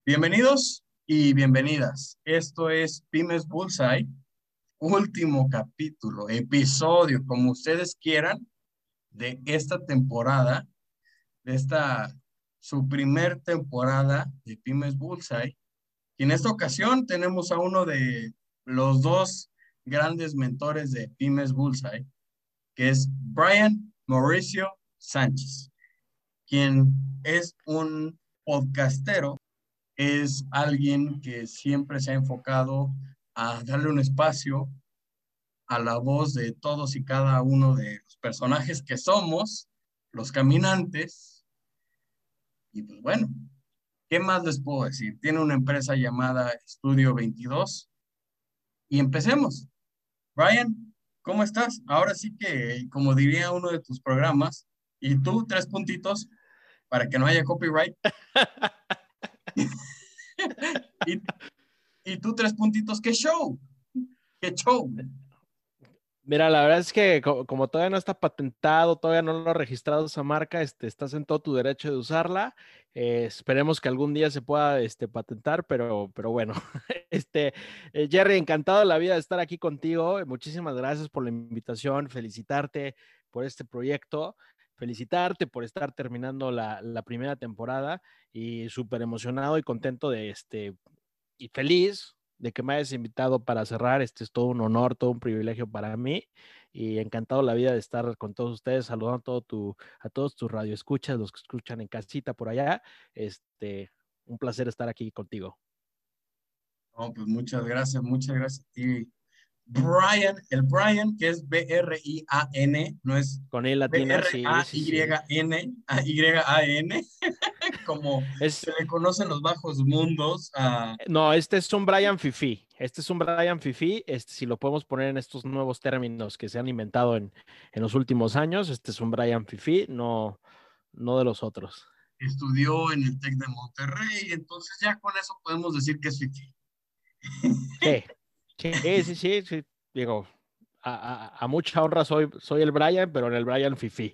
Bienvenidos y bienvenidas. Esto es Pymes Bullseye, último capítulo, episodio, como ustedes quieran, de esta temporada, de esta su primer temporada de Pymes Bullseye. Y en esta ocasión tenemos a uno de los dos grandes mentores de Pymes Bullseye, que es Brian Mauricio Sánchez, quien es un podcastero. Es alguien que siempre se ha enfocado a darle un espacio a la voz de todos y cada uno de los personajes que somos, los caminantes. Y pues bueno, ¿qué más les puedo decir? Tiene una empresa llamada Estudio 22 y empecemos. Brian, ¿cómo estás? Ahora sí que, como diría uno de tus programas, y tú, 3 puntitos para que no haya copyright. Y, y tú, 3 puntitos, ¿qué show? ¿Qué show? Mira, la verdad es que como todavía no está patentado, todavía no lo ha registrado esa marca, estás en todo tu derecho de usarla. Esperemos que algún día se pueda patentar, pero bueno. Jerry, encantado de la vida de estar aquí contigo. Muchísimas gracias por la invitación. Felicitarte por este proyecto. Felicitarte por estar terminando la primera temporada y súper emocionado y contento y feliz de que me hayas invitado para cerrar. Es todo un honor, todo un privilegio para mí y encantado la vida de estar con todos ustedes, saludando a todos tus radioescuchas, los que escuchan en casita por allá. Un placer estar aquí contigo. No, pues muchas gracias a ti. Brian, el Brian, que es B-R-I-A-N, no es Con él latina, sí, sí, sí. B-R-A-Y-N, A-Y-A-N, como se Es, le conoce en los bajos mundos. no, este es un Brian Fifi. Este es un Brian Fifi. Si lo podemos poner en estos nuevos términos que se han inventado en los últimos años, este es un Brian Fifi, no de los otros. Estudió en el TEC de Monterrey, entonces ya con eso podemos decir que es fifi. Sí, sí, sí, sí, sí. Digo, a mucha honra soy el Brian, pero en el Brian Fifi.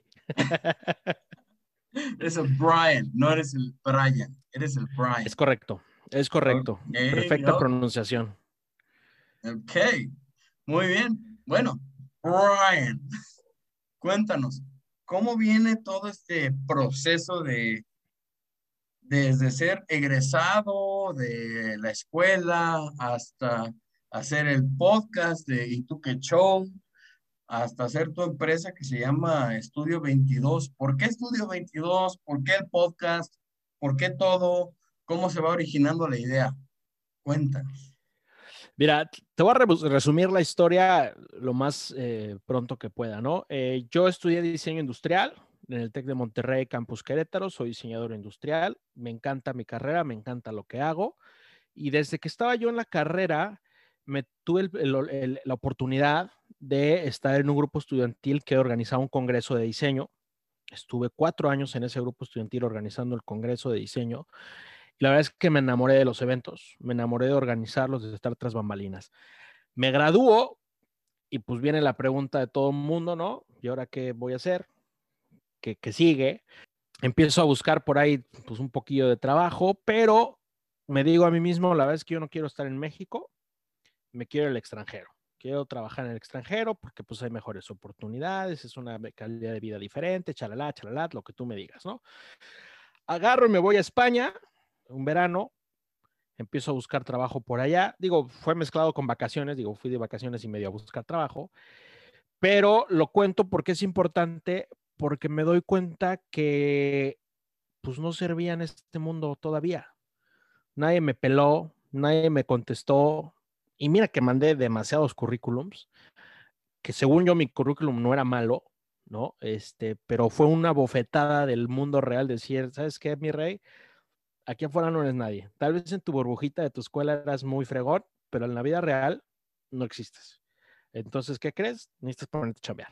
Eres el Brian, no eres el Brian, eres el Es Brian. correcto, es Ok, correcto. Perfecta pronunciación. ok, muy bien. Bueno, Brian, cuéntanos, ¿cómo viene todo este proceso de desde ser egresado de la escuela hasta hacer el podcast de ¿Y tú qué show? Hasta hacer tu empresa que se llama Estudio 22? ¿Por qué Estudio 22? ¿Por qué el podcast? ¿Por qué todo? ¿Cómo se va originando la idea? Cuéntanos. Mira, te voy a resumir la historia lo más pronto que pueda, ¿no? Yo estudié diseño industrial en el TEC de Monterrey, Campus Querétaro. Soy diseñador industrial. Me encanta mi carrera, me encanta lo que hago. Y desde que estaba yo en la carrera, me tuve la oportunidad de estar en un grupo estudiantil que organizaba un congreso de diseño. Estuve 4 años en ese grupo estudiantil organizando el congreso de diseño. Y la verdad es que me enamoré de los eventos, me enamoré de organizarlos, de estar tras bambalinas. Me graduó y pues viene la pregunta de todo el mundo, ¿no? ¿Y ahora qué voy a hacer? ¿Qué sigue? Empiezo a buscar por ahí pues un poquillo de trabajo, pero me digo a mí mismo, la verdad es que yo no quiero estar en México, me quiero ir al extranjero. Quiero trabajar en el extranjero porque pues hay mejores oportunidades, es una calidad de vida diferente, chalala, chalala, lo que tú me digas, ¿no? Agarro y me voy a España, un verano, empiezo a buscar trabajo por allá. Digo, fue mezclado con vacaciones, digo, fui de vacaciones y medio a buscar trabajo, pero lo cuento porque es importante, porque me doy cuenta que pues no servía en este mundo todavía. Nadie me peló, nadie me contestó. Y mira que mandé demasiados currículums, que según yo mi currículum no era malo, ¿no? Pero fue una bofetada del mundo real decir, ¿sabes qué, mi rey? Aquí afuera no eres nadie. Tal vez en tu burbujita de tu escuela eras muy fregón, pero en la vida real no existes. Entonces, ¿qué crees? Necesitas ponerte a chambear.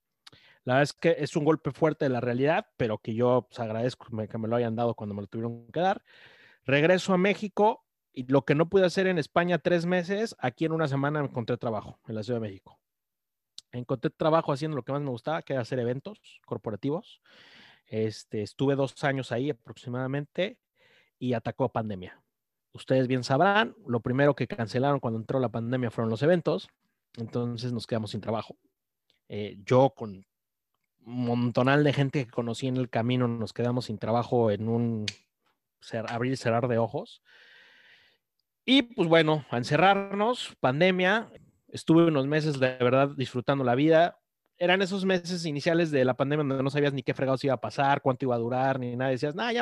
La verdad es que es un golpe fuerte de la realidad, pero que yo pues, agradezco que me lo hayan dado cuando me lo tuvieron que dar. Regreso a México y lo que no pude hacer en España 3 meses, aquí en una semana encontré trabajo en la Ciudad de México. Encontré trabajo haciendo lo que más me gustaba, que era hacer eventos corporativos. Estuve 2 años ahí aproximadamente y atacó pandemia. ustedes bien sabrán, lo primero que cancelaron cuando entró la pandemia fueron los eventos, entonces nos quedamos sin trabajo. Yo con un montonal de gente que conocí en el camino nos quedamos sin trabajo en un abrir y cerrar de ojos. Y pues bueno, a encerrarnos, pandemia, estuve unos meses de verdad disfrutando la vida. Eran esos meses iniciales de la pandemia donde no sabías ni qué fregados iba a pasar, cuánto iba a durar, ni nada. Decías, nah,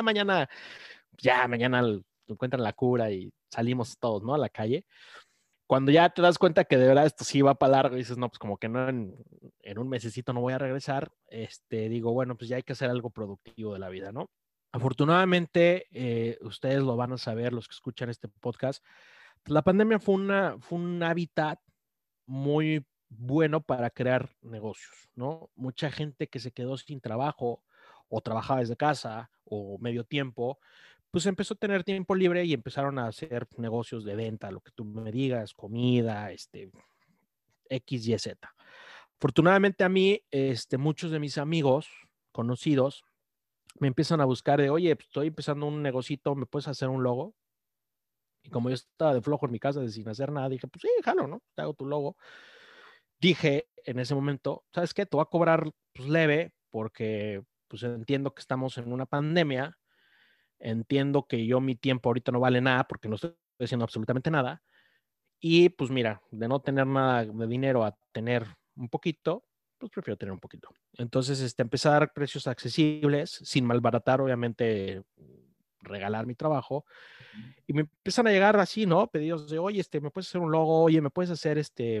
ya mañana encuentran la cura y salimos todos, ¿no? A la calle. Cuando ya te das cuenta que de verdad esto sí va para largo y dices, no, pues como que no, en un mesecito no voy a regresar, digo, bueno, pues ya hay que hacer algo productivo de la vida, ¿no? Afortunadamente, ustedes lo van a saber, los que escuchan este podcast, pues la pandemia fue un hábitat muy bueno para crear negocios, ¿no? Mucha gente que se quedó sin trabajo o trabajaba desde casa o medio tiempo, pues empezó a tener tiempo libre y empezaron a hacer negocios de venta, lo que tú me digas, comida, X, Y, Z. Afortunadamente a mí, muchos de mis amigos conocidos me empiezan a buscar de, oye, pues estoy empezando un negocito, ¿me puedes hacer un logo? Y como yo estaba de flojo en mi casa, de sin hacer nada, dije, pues sí, jalo, ¿no? Te hago tu logo. Dije en ese momento, ¿sabes qué? Te voy a cobrar pues leve porque pues entiendo que estamos en una pandemia, entiendo que yo mi tiempo ahorita no vale nada porque no estoy haciendo absolutamente nada. Y pues mira, de no tener nada de dinero a tener un poquito, pues prefiero tener un poquito. Entonces, empecé a dar precios accesibles, sin malbaratar, obviamente, regalar mi trabajo. Y me empiezan a llegar así, ¿no? Pedidos de, oye, ¿me puedes hacer un logo? Oye, ¿me puedes hacer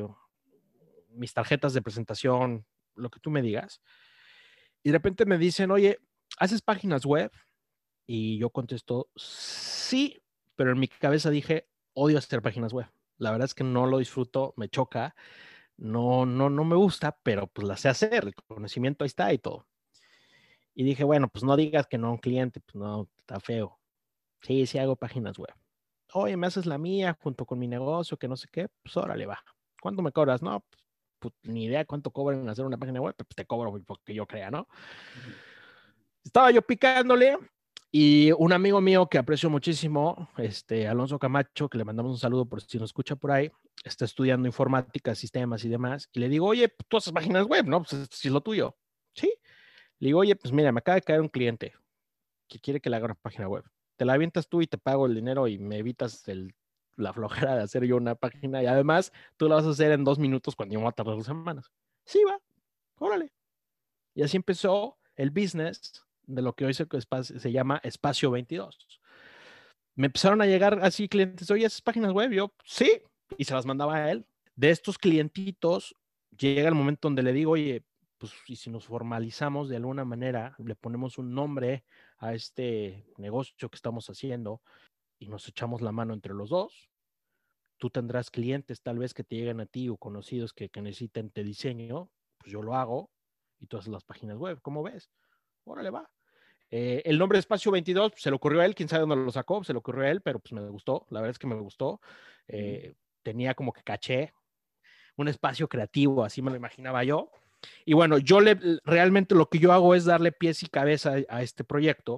mis tarjetas de presentación? Lo que tú me digas. Y de repente me dicen, oye, ¿haces páginas web? Y yo contesto, sí, pero en mi cabeza dije, odio hacer páginas web. La verdad es que no lo disfruto, me choca, no me gusta, pero pues la sé hacer, el conocimiento ahí está y todo. Y dije, bueno, pues no digas que no a un cliente, pues no, está feo. Sí, sí hago páginas web. Oye, me haces la mía junto con mi negocio, que no sé qué, pues órale, va. ¿Cuánto me cobras? No, pues, ni idea cuánto cobran en hacer una página web, pues te cobro porque yo crea, ¿no? Estaba yo picándole y un amigo mío que aprecio muchísimo, Alonso Camacho, que le mandamos un saludo por si nos escucha por ahí, está estudiando informática, sistemas y demás, y le digo, oye, tú haces páginas web, ¿no? Pues si es lo tuyo. Sí. Le digo, oye, pues mira, me acaba de caer un cliente que quiere que le haga una página web. Te la avientas tú y te pago el dinero y me evitas la flojera de hacer yo una página y además tú la vas a hacer en 2 minutos cuando yo me voy a tardar 2 semanas. Sí, va, órale. Y así empezó el business de lo que hoy se llama Espacio 22. Me empezaron a llegar así clientes, oye, esas páginas web, yo, sí, y se las mandaba a él. De estos clientitos, llega el momento donde le digo, oye, pues, y si nos formalizamos de alguna manera, le ponemos un nombre a este negocio que estamos haciendo y nos echamos la mano entre los dos, tú tendrás clientes tal vez que te lleguen a ti o conocidos que necesiten de diseño, pues yo lo hago y tú haces las páginas web, ¿cómo ves? Órale, va. El nombre Espacio 22 pues, se le ocurrió a él, quién sabe dónde lo sacó, se le ocurrió a él, pero pues me gustó, la verdad es que me gustó. Tenía como que caché, un espacio creativo, así me lo imaginaba yo. Y bueno, realmente lo que yo hago es darle pies y cabeza a este proyecto.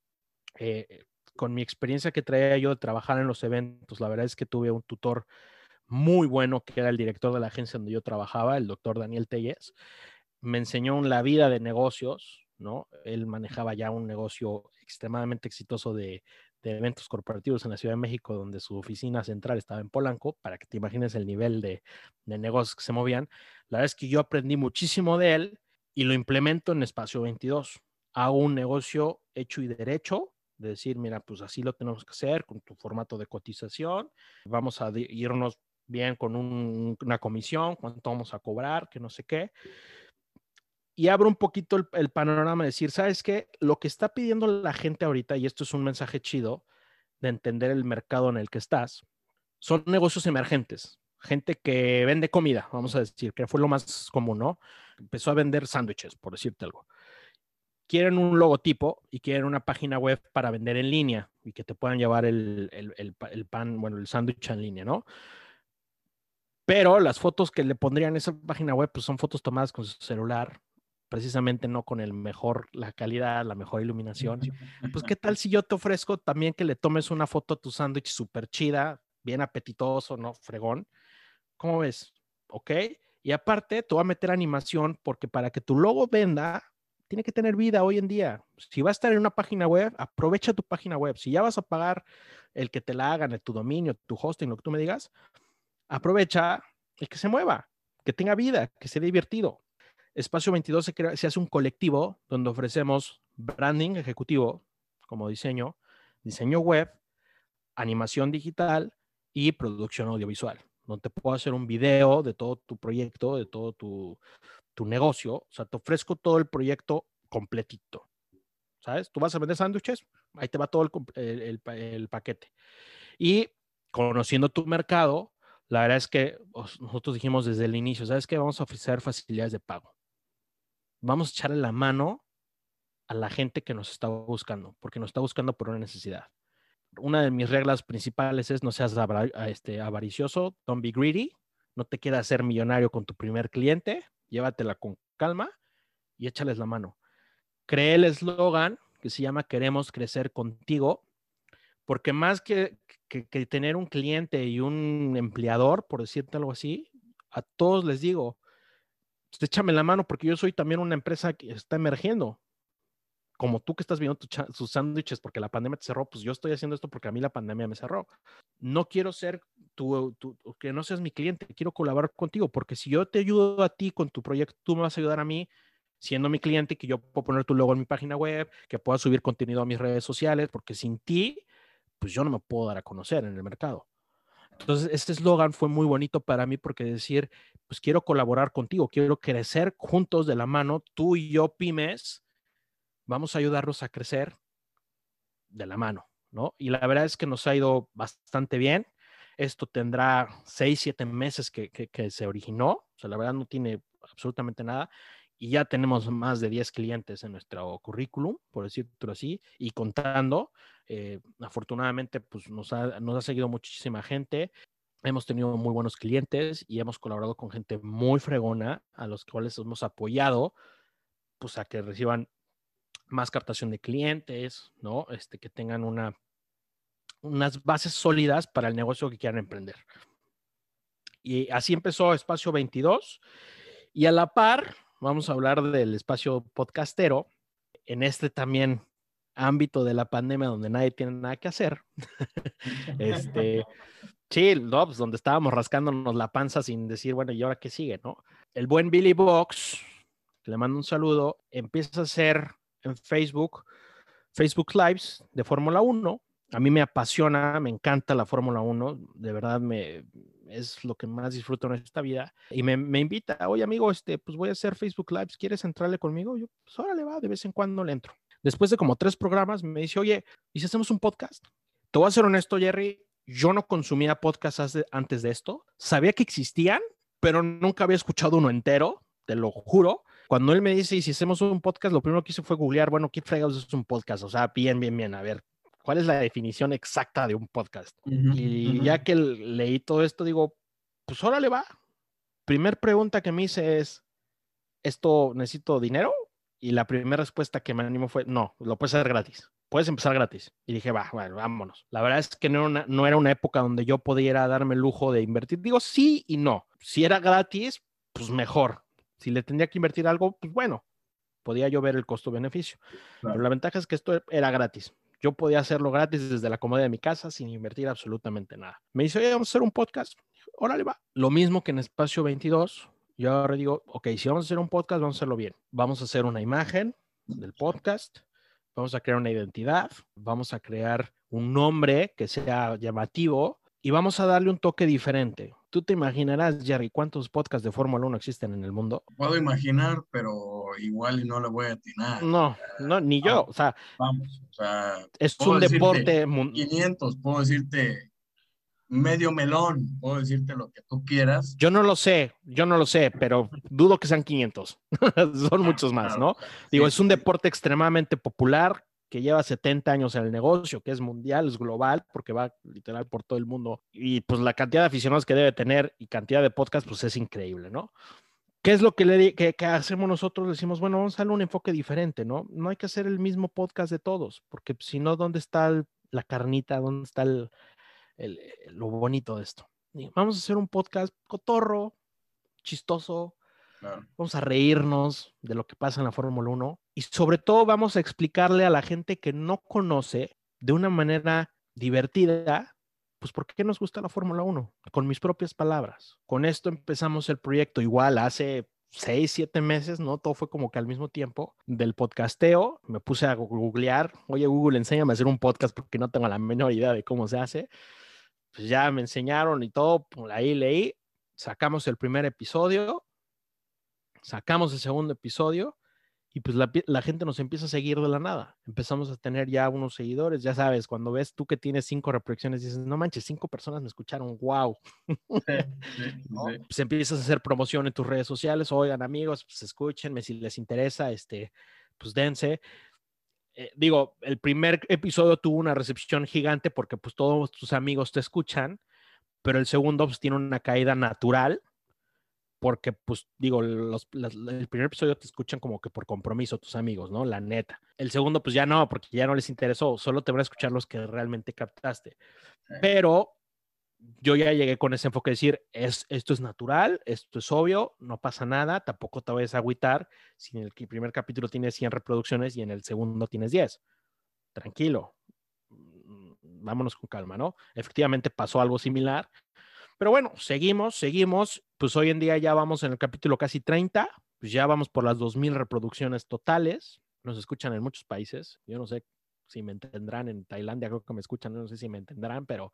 Con mi experiencia que traía yo de trabajar en los eventos, la verdad es que tuve un tutor muy bueno que era el director de la agencia donde yo trabajaba, el doctor Daniel Telles. Me enseñó la vida de negocios, ¿no? Él manejaba ya un negocio extremadamente exitoso de eventos corporativos en la Ciudad de México, donde su oficina central estaba en Polanco, para que te imagines el nivel de negocios que se movían. La verdad es que yo aprendí muchísimo de él y lo implemento en Espacio 22. Hago un negocio hecho y derecho, de decir, mira, pues así lo tenemos que hacer con tu formato de cotización, vamos a irnos bien con una comisión, cuánto vamos a cobrar, que no sé qué. Y abro un poquito el panorama de decir, ¿sabes qué? Lo que está pidiendo la gente ahorita, y esto es un mensaje chido de entender el mercado en el que estás, son negocios emergentes. Gente que vende comida, vamos a decir, que fue lo más común, ¿no? Empezó a vender sándwiches, por decirte algo. Quieren un logotipo y quieren una página web para vender en línea y que te puedan llevar el pan, bueno, el sándwich en línea, ¿no? Pero las fotos que le pondrían a esa página web pues son fotos tomadas con su celular, precisamente no con la calidad, la mejor iluminación. Pues, ¿qué tal si yo te ofrezco también que le tomes una foto a tu sándwich súper chida, bien apetitoso, ¿no? Fregón. ¿Cómo ves? ¿Ok? Y aparte, te voy a meter animación porque para que tu logo venda, tiene que tener vida hoy en día. Si va a estar en una página web, aprovecha tu página web. Si ya vas a pagar el que te la hagan, tu dominio, tu hosting, lo que tú me digas, aprovecha el que se mueva, que tenga vida, que sea divertido. Espacio 22 se hace un colectivo donde ofrecemos branding ejecutivo como diseño web, animación digital y producción audiovisual. Donde te puedo hacer un video de todo tu proyecto, de todo tu negocio. O sea, te ofrezco todo el proyecto completito. ¿Sabes? Tú vas a vender sándwiches, ahí te va todo el paquete. Y conociendo tu mercado, la verdad es que nosotros dijimos desde el inicio, ¿sabes qué? Vamos a ofrecer facilidades de pago. Vamos a echarle la mano a la gente que nos está buscando, porque nos está buscando por una necesidad. Una de mis reglas principales es no seas avaricioso, don't be greedy, no te quieras ser millonario con tu primer cliente, llévatela con calma y échales la mano. Creé el eslogan que se llama Queremos crecer contigo, porque más que tener un cliente y un empleador, por decirte algo así, a todos les digo, pues, échame la mano porque yo soy también una empresa que está emergiendo. Como tú que estás viendo sus sándwiches porque la pandemia te cerró, pues yo estoy haciendo esto porque a mí la pandemia me cerró. No quiero ser que no seas mi cliente, quiero colaborar contigo, porque si yo te ayudo a ti con tu proyecto, tú me vas a ayudar a mí siendo mi cliente, que yo puedo poner tu logo en mi página web, que pueda subir contenido a mis redes sociales, porque sin ti, pues yo no me puedo dar a conocer en el mercado. Entonces, este eslogan fue muy bonito para mí porque decir, pues quiero colaborar contigo, quiero crecer juntos de la mano, tú y yo, pymes, vamos a ayudarlos a crecer de la mano, ¿no? Y la verdad es que nos ha ido bastante bien. Esto tendrá 6, 7 meses que se originó, o sea, la verdad no tiene absolutamente nada, y ya tenemos más de 10 clientes en nuestro currículum, por decirlo así, y contando. Afortunadamente, pues nos ha seguido muchísima gente. Hemos tenido muy buenos clientes y hemos colaborado con gente muy fregona, a los cuales hemos apoyado, pues a que reciban más captación de clientes, ¿no? Que tengan unas bases sólidas para el negocio que quieran emprender. Y así empezó Espacio 22. Y a la par, vamos a hablar del espacio podcastero, en también ámbito de la pandemia donde nadie tiene nada que hacer. Sí, no, pues donde estábamos rascándonos la panza sin decir, bueno, ¿y ahora qué sigue, no? El buen Billy Box, que le mando un saludo, empieza a hacer en Facebook Lives de Fórmula 1. A mí me apasiona, me encanta la Fórmula 1, de verdad es lo que más disfruto en esta vida. Y me invita, oye amigo, pues voy a hacer Facebook Lives, ¿quieres entrarle conmigo? Yo, pues órale va, de vez en cuando le entro. Después de como 3 programas me dice, oye, ¿y si hacemos un podcast? Te voy a ser honesto, Jerry, yo no consumía podcasts antes de esto, sabía que existían, pero nunca había escuchado uno entero, te lo juro. Cuando él me dice, y si hacemos un podcast, lo primero que hice fue googlear, bueno, ¿qué fregados es un podcast? O sea, bien, a ver, ¿cuál es la definición exacta de un podcast? Y ya que leí todo esto, digo, pues órale va. Primer pregunta que me hice es, ¿esto necesito dinero? Y la primera respuesta que me animó fue, no, lo puedes hacer gratis. Puedes empezar gratis. Y dije, bueno, vámonos. La verdad es que no era una época donde yo pudiera darme el lujo de invertir. Digo, sí y no. Si era gratis, pues mejor. Si le tendría que invertir algo, pues bueno, podía yo ver el costo-beneficio. Pero la ventaja es que esto era gratis. Yo podía hacerlo gratis desde la comodidad de mi casa sin invertir absolutamente nada. Me dice, oye, vamos a hacer un podcast. Órale, va. Lo mismo que en Espacio 22. Yo ahora digo, ok, si vamos a hacer un podcast, vamos a hacerlo bien. Vamos a hacer una imagen del podcast. Vamos a crear una identidad. Vamos a crear un nombre que sea llamativo y vamos a darle un toque diferente. Tú te imaginarás, Jerry, cuántos podcasts de Fórmula 1 existen en el mundo. Puedo imaginar, pero igual y no le voy a atinar. No, no, ni yo. Vamos, O sea, vamos. O sea, es puedo un decirte deporte. 500, puedo decirte medio melón, puedo decirte lo que tú quieras. Yo no lo sé, pero dudo que sean 500. Son muchos más, Claro, ¿no? claro. Digo, Sí, es sí, un sí. deporte extremadamente popular que lleva 70 años en el negocio, que es mundial, es global, porque va literal por todo el mundo. Y pues la cantidad de aficionados que debe tener y cantidad de podcasts, pues es increíble, ¿no? ¿Qué es lo que hacemos nosotros? Decimos, bueno, vamos a darle un enfoque diferente, ¿no? No hay que hacer el mismo podcast de todos, porque si no, ¿dónde está la carnita? ¿Dónde está lo bonito de esto? Vamos a hacer un podcast cotorro, chistoso, Claro. vamos a reírnos de lo que pasa en la Fórmula 1 y sobre todo vamos a explicarle a la gente que no conoce de una manera divertida, pues por qué nos gusta la Fórmula 1, con mis propias palabras. Con esto empezamos el proyecto igual hace 6, 7 meses, ¿no? Todo fue como que al mismo tiempo del podcasteo. Me puse a googlear, oye Google, enséñame a hacer un podcast porque no tengo la menor idea de cómo se hace. Pues ya me enseñaron y todo, por ahí leí, sacamos el primer episodio, sacamos el segundo episodio y pues la gente nos empieza a seguir de la nada. Empezamos a tener ya unos seguidores, ya sabes, cuando ves tú que tienes 5 reproducciones, dices, no manches, 5 personas me escucharon, wow. Sí, sí, ¿No? sí. Pues empiezas a hacer promoción en tus redes sociales, oigan amigos, pues escúchenme si les interesa, pues dense. Digo, el primer episodio tuvo una recepción gigante porque pues todos tus amigos te escuchan, pero el segundo pues tiene una caída natural porque, pues, digo, el primer episodio te escuchan como que por compromiso tus amigos, ¿no? La neta. El segundo, pues ya no, porque ya no les interesó, solo te van a escuchar los que realmente captaste. Sí. Pero yo ya llegué con ese enfoque de decir, esto es natural, esto es obvio, no pasa nada, tampoco te vayas a agüitar si en el primer capítulo tienes 100 reproducciones y en el segundo tienes 10. Tranquilo, vámonos con calma, ¿no? Efectivamente pasó algo similar. Pero bueno, seguimos. Pues hoy en día ya vamos en el capítulo casi 30, pues ya vamos por las 2000 reproducciones totales. Nos escuchan en muchos países. Yo no sé si me entenderán en Tailandia, creo que me escuchan, no sé si me entenderán, pero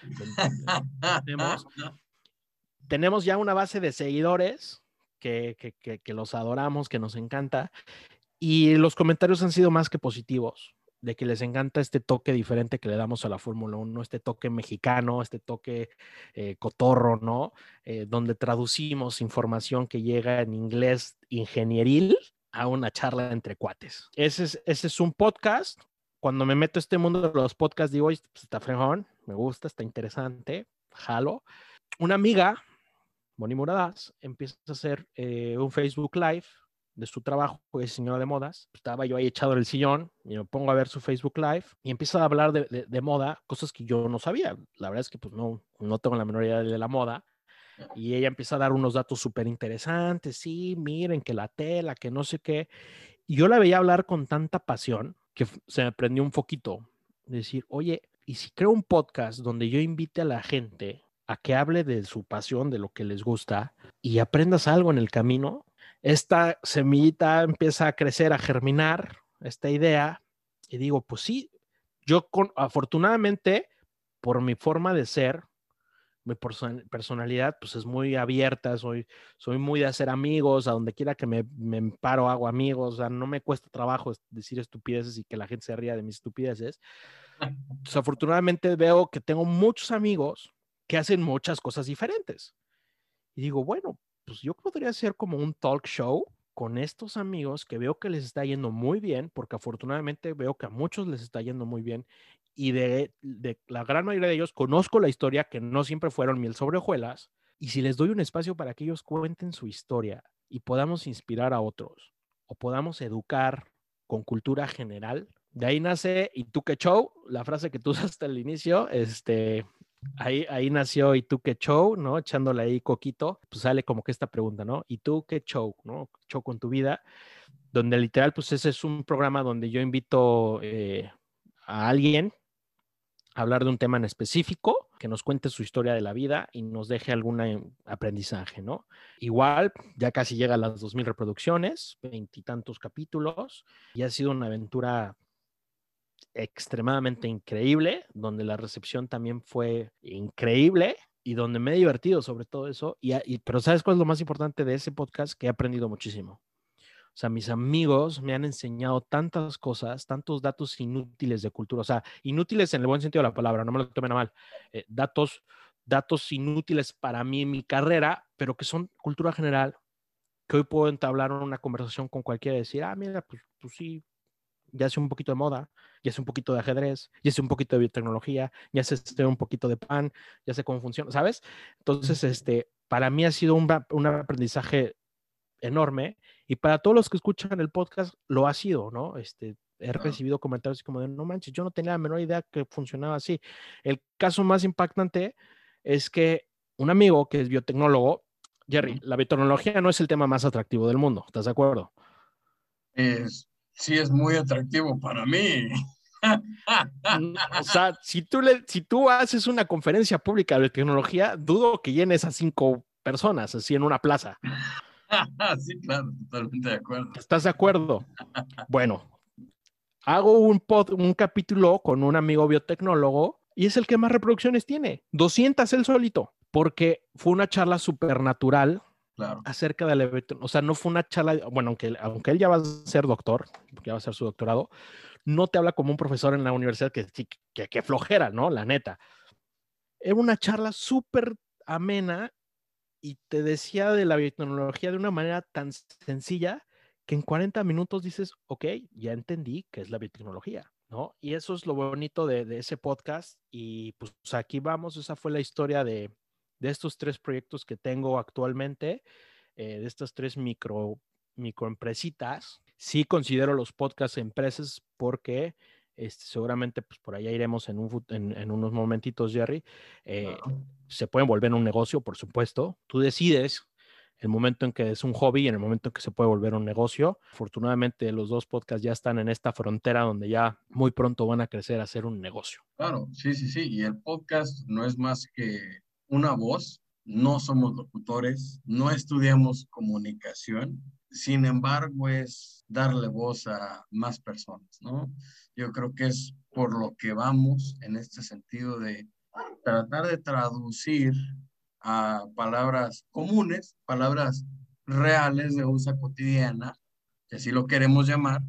entendemos. Tenemos ya una base de seguidores que los adoramos, que nos encanta. Y los comentarios han sido más que positivos, de que les encanta este toque diferente que le damos a la Fórmula 1, este toque mexicano, este toque cotorro, ¿no? Donde traducimos información que llega en inglés ingenieril a una charla entre cuates. Ese es un podcast. Cuando me meto a este mundo de los podcasts, digo, pues está fregón, me gusta, está interesante, jalo. Una amiga, Moni Muradas, empieza a hacer un Facebook Live de su trabajo, es señora de modas. Estaba yo ahí echado en el sillón y me pongo a ver su Facebook Live y empieza a hablar de moda, cosas que yo no sabía. La verdad es que pues no tengo la menor idea de la moda. Y ella empieza a dar unos datos súper interesantes. Sí, miren que la tela, que no sé qué. Y yo la veía hablar con tanta pasión que se me prendió un foquito. Decir, oye, ¿y si creo un podcast donde yo invite a la gente a que hable de su pasión, de lo que les gusta y aprendas algo en el camino? Esta semillita empieza a crecer, a germinar, esta idea, y digo, pues sí, afortunadamente, por mi forma de ser, mi personalidad, pues es muy abierta, soy muy de hacer amigos, a donde quiera que me paro hago amigos, o sea, no me cuesta trabajo decir estupideces y que la gente se ría de mis estupideces. Pues afortunadamente veo que tengo muchos amigos que hacen muchas cosas diferentes. Y digo, bueno, pues yo podría hacer como un talk show con estos amigos que veo que les está yendo muy bien, porque afortunadamente veo que a muchos les está yendo muy bien y de la gran mayoría de ellos conozco la historia, que no siempre fueron miel sobre hojuelas, y si les doy un espacio para que ellos cuenten su historia y podamos inspirar a otros o podamos educar con cultura general, de ahí nace ¿y tú qué show? La frase que tú usaste al inicio, ahí nació ¿y tú qué show? ¿No? Echándole ahí coquito, pues sale como que esta pregunta, ¿no? ¿Y tú qué show? ¿No? Show con tu vida, donde literal, pues ese es un programa donde yo invito a alguien a hablar de un tema en específico, que nos cuente su historia de la vida y nos deje algún aprendizaje, ¿no? Igual, ya casi llega a las 2000 reproducciones, 20 y tantos capítulos, y ha sido una aventura extremadamente increíble, donde la recepción también fue increíble y donde me he divertido sobre todo eso. Pero ¿sabes cuál es lo más importante de ese podcast? Que he aprendido muchísimo. O sea, mis amigos me han enseñado tantas cosas, tantos datos inútiles de cultura, o sea, inútiles en el buen sentido de la palabra, no me lo tomen a mal, datos inútiles para mí en mi carrera, pero que son cultura general, que hoy puedo entablar una conversación con cualquiera y decir, mira, pues sí, ya sé un poquito de moda, ya sé un poquito de ajedrez, ya sé un poquito de biotecnología, ya sé un poquito de pan, ya sé cómo funciona, ¿sabes? Entonces, para mí ha sido un aprendizaje enorme, y para todos los que escuchan el podcast lo ha sido, ¿no? He Claro. recibido comentarios como de, no manches, yo no tenía la menor idea que funcionaba así. El caso más impactante es que un amigo que es biotecnólogo, Jerry, la biotecnología no es el tema más atractivo del mundo, ¿estás de acuerdo? Sí es muy atractivo para mí. O sea, si tú haces una conferencia pública de tecnología, dudo que llenes a 5 personas así en una plaza. Sí, claro, totalmente de acuerdo. ¿Estás de acuerdo? Bueno, hago un capítulo con un amigo biotecnólogo y es el que más reproducciones tiene. 200 él solito, porque fue una charla súper natural Claro, acerca de la o sea, no fue una charla, bueno, aunque él ya va a ser doctor, porque ya va a ser su doctorado, no te habla como un profesor en la universidad que flojera, ¿no? La neta. Era una charla súper amena y te decía de la biotecnología de una manera tan sencilla que en 40 minutos dices, ok, ya entendí qué es la biotecnología, ¿no? Y eso es lo bonito de ese podcast. Y pues aquí vamos, esa fue la historia de estos 3 proyectos que tengo actualmente, de estas 3 microempresitas. Sí considero los podcasts empresas porque seguramente pues por allá iremos en unos momentitos, Jerry. Eh, claro. Se pueden volver un negocio, por supuesto. Tú decides el momento en que es un hobby y en el momento en que se puede volver un negocio. Afortunadamente, los 2 podcasts ya están en esta frontera donde ya muy pronto van a crecer a ser un negocio. Claro, sí, sí, sí. Y el podcast no es más que una voz. No somos locutores, no estudiamos comunicación. Sin embargo, es darle voz a más personas, ¿no? Yo creo que es por lo que vamos en este sentido de tratar de traducir a palabras comunes, palabras reales de uso cotidiana, que así lo queremos llamar,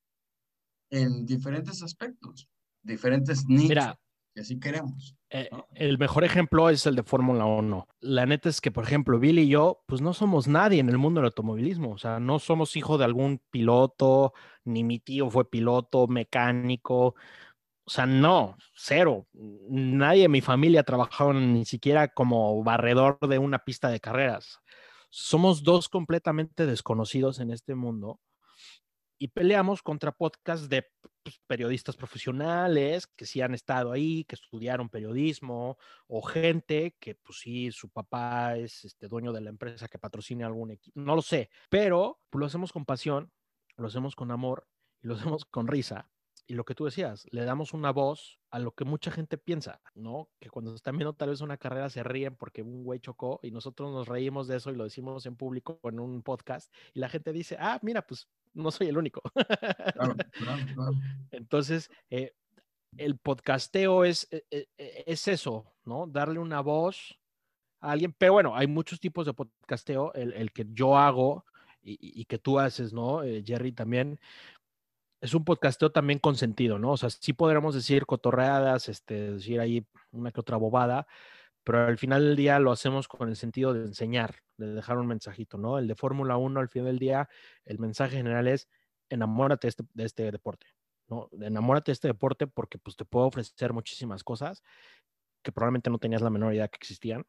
en diferentes aspectos, diferentes nichos, Mira, que así queremos, ¿no? el mejor ejemplo es el de Fórmula 1. La neta es que, por ejemplo, Billy y yo, pues no somos nadie en el mundo del automovilismo. O sea, no somos hijo de algún piloto, ni mi tío fue piloto, mecánico. O sea, no, cero. Nadie en mi familia ha trabajado ni siquiera como barredor de una pista de carreras. Somos 2 completamente desconocidos en este mundo y peleamos contra podcasts de pues, periodistas profesionales que sí han estado ahí, que estudiaron periodismo, o gente que pues sí, su papá es dueño de la empresa que patrocina algún equipo, no lo sé, pero pues, lo hacemos con pasión, lo hacemos con amor y lo hacemos con risa. Y lo que tú decías, le damos una voz a lo que mucha gente piensa, ¿no? Que cuando están viendo tal vez una carrera se ríen porque un güey chocó y nosotros nos reímos de eso y lo decimos en público en un podcast y la gente dice, ah, mira, pues no soy el único. Claro, claro, claro. Entonces, el podcasteo es eso, ¿no? Darle una voz a alguien, pero bueno, hay muchos tipos de podcasteo, el que yo hago y que tú haces, ¿no? Jerry también, es un podcasteo también con sentido, ¿no? O sea, sí podríamos decir cotorreadas, decir ahí una que otra bobada, pero al final del día lo hacemos con el sentido de enseñar, de dejar un mensajito, ¿no? El de Fórmula 1, al final del día, el mensaje general es enamórate de este deporte, ¿no? Enamórate de este deporte porque pues te puede ofrecer muchísimas cosas que probablemente no tenías la menor idea que existían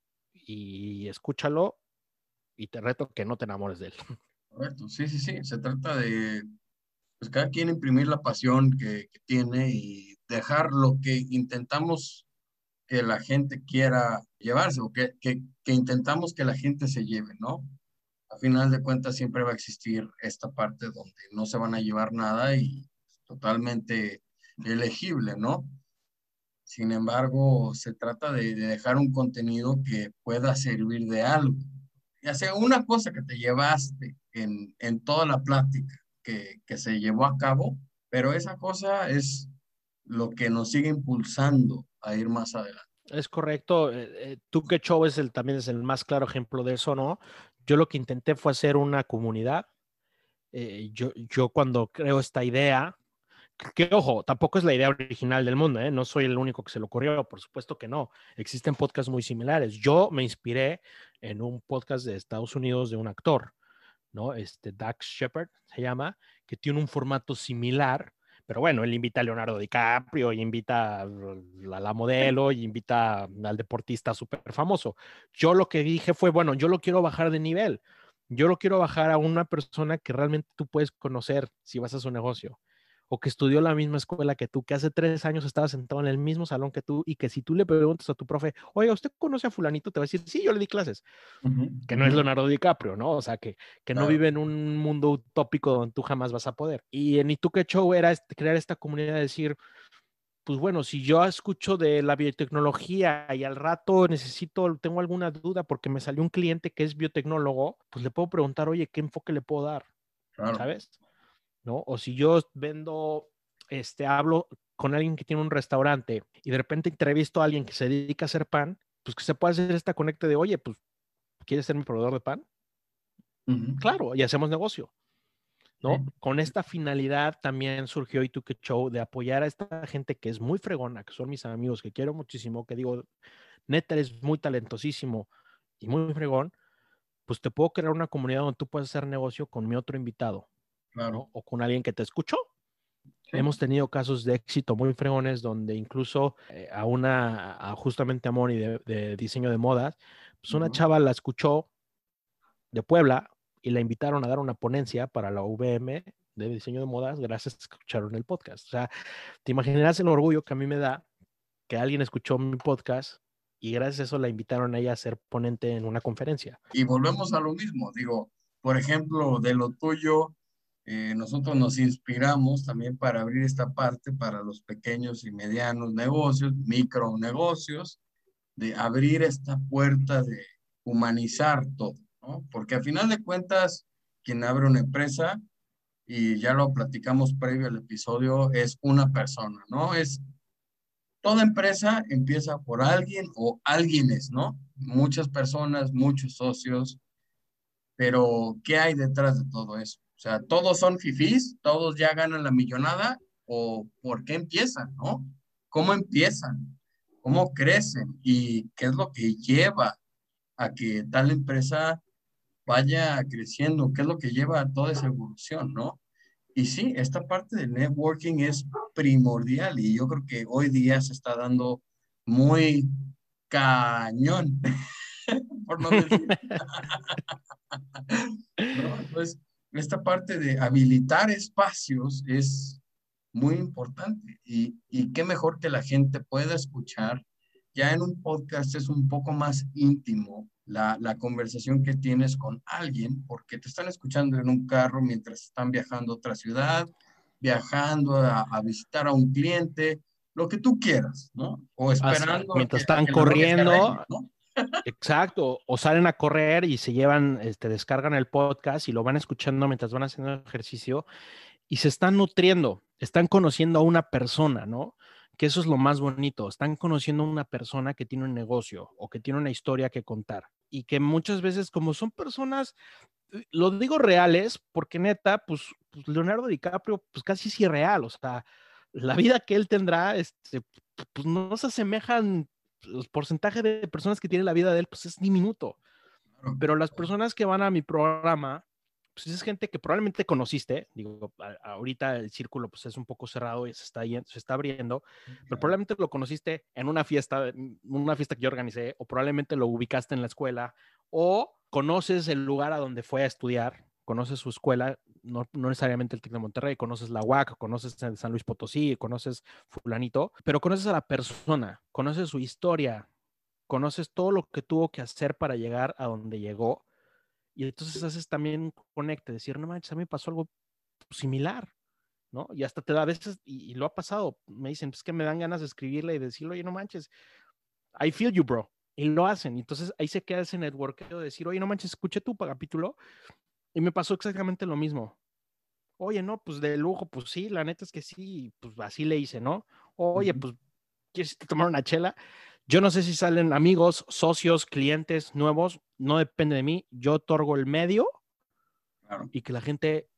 y escúchalo y te reto que no te enamores de él. Correcto, sí, sí, sí. Se trata de, pues, cada quien imprimir la pasión que tiene y dejar lo que intentamos que la gente quiera llevarse o que intentamos que la gente se lleve, ¿no? A final de cuentas siempre va a existir esta parte donde no se van a llevar nada y totalmente elegible, ¿no? Sin embargo, se trata de dejar un contenido que pueda servir de algo. Ya sea una cosa que te llevaste en toda la plática que se llevó a cabo, pero esa cosa es lo que nos sigue impulsando a ir más adelante. Es correcto. Tú que Show también es el más claro ejemplo de eso, ¿no? Yo lo que intenté fue hacer una comunidad. Yo cuando creo esta idea, que ojo, tampoco es la idea original del mundo, ¿eh? No soy el único que se le ocurrió, por supuesto que no. Existen podcasts muy similares. Yo me inspiré en un podcast de Estados Unidos de un actor, ¿no? Dax Shepard se llama, que tiene un formato similar, pero bueno, él invita a Leonardo DiCaprio, y invita a la modelo, y invita al deportista súper famoso. Yo lo que dije fue, bueno, yo lo quiero bajar de nivel. Yo lo quiero bajar a una persona que realmente tú puedes conocer si vas a su negocio, o que estudió la misma escuela que tú, que hace 3 años estaba sentado en el mismo salón que tú, y que si tú le preguntas a tu profe, oiga, ¿usted conoce a fulanito? Te va a decir, sí, yo le di clases, Ujú, que no ujú. es Leonardo DiCaprio, ¿no? O sea, que no Claro, vive en un mundo utópico donde tú jamás vas a poder. Y en ¿Y tú qué show? Era crear esta comunidad de decir, pues bueno, si yo escucho de la biotecnología y al rato tengo alguna duda porque me salió un cliente que es biotecnólogo, pues le puedo preguntar, oye, ¿qué enfoque le puedo dar? claro, ¿Sabes? ¿No? O si yo hablo con alguien que tiene un restaurante y de repente entrevisto a alguien que se dedica a hacer pan, pues que se puede hacer esta conecte de, oye, pues, ¿quieres ser mi proveedor de pan? ujú, Claro, y hacemos negocio, ¿no? sí, Con esta finalidad también surgió Y2K Show de apoyar a esta gente que es muy fregona, que son mis amigos, que quiero muchísimo, que digo, neta, eres muy talentosísimo y muy fregón, pues te puedo crear una comunidad donde tú puedes hacer negocio con mi otro invitado, claro, ¿no? O con alguien que te escuchó. sí, Hemos tenido casos de éxito muy fregones donde incluso justamente a Moni de diseño de modas, pues una ujú, chava la escuchó de Puebla y la invitaron a dar una ponencia para la UVM de diseño de modas gracias a que escucharon el podcast. O sea, te imaginarás el orgullo que a mí me da que alguien escuchó mi podcast y gracias a eso la invitaron a ella a ser ponente en una conferencia. y volvemos a lo mismo, digo, por ejemplo, de lo tuyo, nosotros nos inspiramos también para abrir esta parte para los pequeños y medianos negocios, micronegocios, de abrir esta puerta de humanizar todo, ¿no? Porque al final de cuentas, quien abre una empresa, y ya lo platicamos previo al episodio, es una persona, ¿no? Toda empresa empieza por alguien o alguienes, ¿no? Muchas personas, muchos socios, pero ¿qué hay detrás de todo eso? O sea, todos son fifís, todos ya ganan la millonada, o ¿por qué empiezan, no? ¿Cómo empiezan? ¿Cómo crecen? ¿Y qué es lo que lleva a que tal empresa vaya creciendo? ¿Qué es lo que lleva a toda esa evolución, no? Y sí, esta parte del networking es primordial y yo creo que hoy día se está dando muy cañón, por no decir, ¿no? Entonces, esta parte de habilitar espacios es muy importante y qué mejor que la gente pueda escuchar. Ya en un podcast es un poco más íntimo la conversación que tienes con alguien porque te están escuchando en un carro mientras están viajando a otra ciudad, viajando a visitar a un cliente, lo que tú quieras, ¿no? O esperando Mientras a están que la novia se arregle, corriendo, ¿no? exacto, o salen a correr y se llevan, descargan el podcast y lo van escuchando mientras van haciendo ejercicio y se están nutriendo, están conociendo a una persona, ¿no? Que eso es lo más bonito, están conociendo a una persona que tiene un negocio o que tiene una historia que contar y que muchas veces como son personas, lo digo reales, porque neta, pues Leonardo DiCaprio, pues casi es irreal, o sea, la vida que él tendrá, pues no se asemejan, el porcentaje de personas que tiene la vida de él, pues es diminuto, Claro, pero las personas que van a mi programa, pues es gente que probablemente conociste, digo, ahorita el círculo pues es un poco cerrado y se está abriendo, pero claro. probablemente lo conociste en una fiesta que yo organicé, o probablemente lo ubicaste en la escuela, o conoces el lugar a donde fue a estudiar, conoces su escuela, no necesariamente el TEC de Monterrey, conoces la UAC, conoces el San Luis Potosí, conoces fulanito, pero conoces a la persona, conoces su historia, conoces todo lo que tuvo que hacer para llegar a donde llegó y entonces haces también un conecte, decir, no manches, a mí me pasó algo similar, ¿no? Y hasta te da a veces, y lo ha pasado, me dicen, pues que me dan ganas de escribirle y decirle, oye, no manches, I feel you, bro. Y lo hacen. Y entonces ahí se queda ese networkeo de decir, oye, no manches, escuché tu capítulo y me pasó exactamente lo mismo. Oye, no, pues de lujo, pues sí, la neta es que sí, pues así le hice, ¿no? Oye, Ujú, pues, ¿quieres tomar una chela? Yo no sé si salen amigos, socios, clientes nuevos, no depende de mí. Yo otorgo el medio claro. y que la gente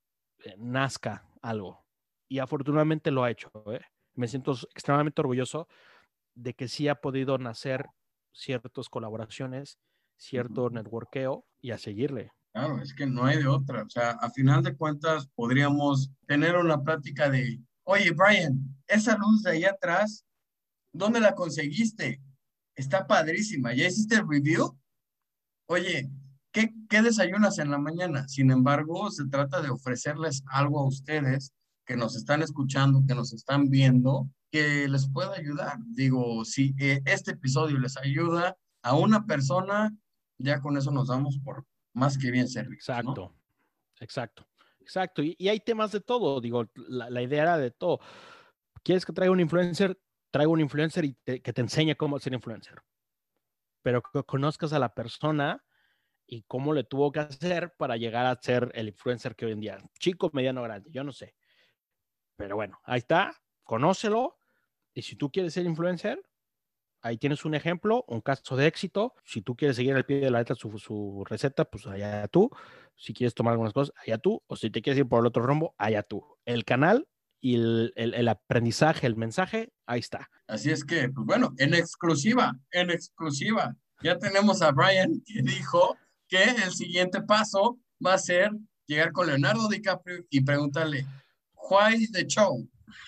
nazca algo. Y afortunadamente lo ha hecho. Me siento extremadamente orgulloso de que sí ha podido nacer ciertas colaboraciones, Ujú. cierto networkeo y a seguirle. Claro, es que no hay de otra. O sea, a final de cuentas podríamos tener una plática de, oye, Brian, esa luz de ahí atrás, ¿dónde la conseguiste? Está padrísima. ¿Ya hiciste el review? Oye, ¿qué desayunas en la mañana? Sin embargo, se trata de ofrecerles algo a ustedes que nos están escuchando, que nos están viendo, que les pueda ayudar. Digo, si este episodio les ayuda a una persona, ya con eso nos damos por más que bien servidos, ¿no? Exacto, exacto, exacto. Y hay temas de todo, digo, la idea era de todo. ¿Quieres que traiga un influencer? Traigo un influencer y que te enseñe cómo ser influencer, pero que conozcas a la persona y cómo le tuvo que hacer para llegar a ser el influencer que hoy en día, chico, mediano, grande, yo no sé. Pero bueno, ahí está, conócelo. Y si tú quieres ser influencer, ahí tienes un ejemplo, un caso de éxito. Si tú quieres seguir al pie de la letra su receta, pues allá tú. Si quieres tomar algunas cosas, allá tú. O si te quieres ir por el otro rumbo, allá tú. El canal y el aprendizaje, el mensaje, ahí está. Así es que, pues bueno, en exclusiva, ya tenemos a Brian que dijo que el siguiente paso va a ser llegar con Leonardo DiCaprio y preguntarle, why the show?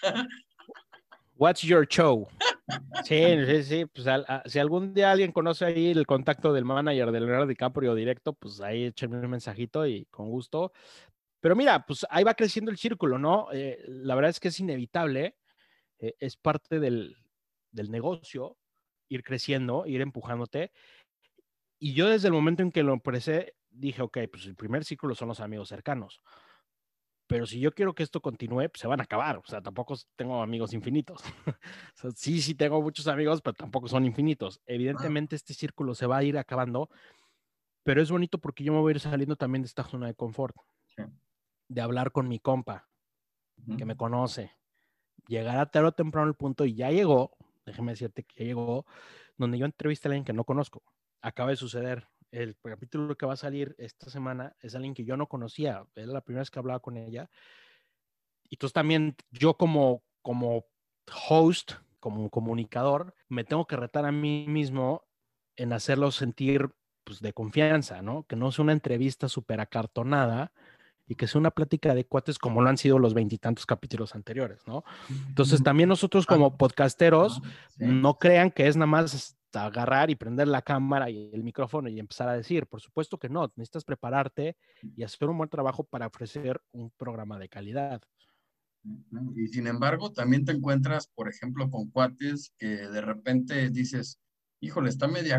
What's your show? Sí, sí, sí. Pues si algún día alguien conoce ahí el contacto del manager de Leonardo DiCaprio directo, pues ahí échenme un mensajito y con gusto. Pero mira, pues ahí va creciendo el círculo, ¿no? La verdad es que es inevitable, es parte del negocio, ir creciendo, ir empujándote. Y yo desde el momento en que lo empecé, dije, ok, pues el primer círculo son los amigos cercanos. Pero si yo quiero que esto continúe, pues se van a acabar. O sea, tampoco tengo amigos infinitos. O sea, sí, sí tengo muchos amigos, pero tampoco son infinitos. Ah, Evidentemente este círculo se va a ir acabando, pero es bonito porque yo me voy a ir saliendo también de esta zona de confort, sí. de hablar con mi compa, Ujú. que me conoce, llegará tarde o temprano el punto, y ya llegó, déjeme decirte que ya llegó, donde yo entrevisté a alguien que no conozco. Acaba de suceder. El capítulo que va a salir esta semana es alguien que yo no conocía. Era la primera vez que hablaba con ella. Y entonces también yo como host, como comunicador, me tengo que retar a mí mismo en hacerlo sentir pues, de confianza, ¿no? Que no sea una entrevista súper acartonada y que sea una plática de cuates como lo han sido los veintitantos capítulos anteriores, ¿no? Entonces también nosotros Ah, como podcasteros ajá, sí. no crean que es nada más agarrar y prender la cámara y el micrófono y empezar a decir. Por supuesto que no, necesitas prepararte y hacer un buen trabajo para ofrecer un programa de calidad. Ujú. Y sin embargo, también te encuentras, por ejemplo, con cuates que de repente dices, híjole, está media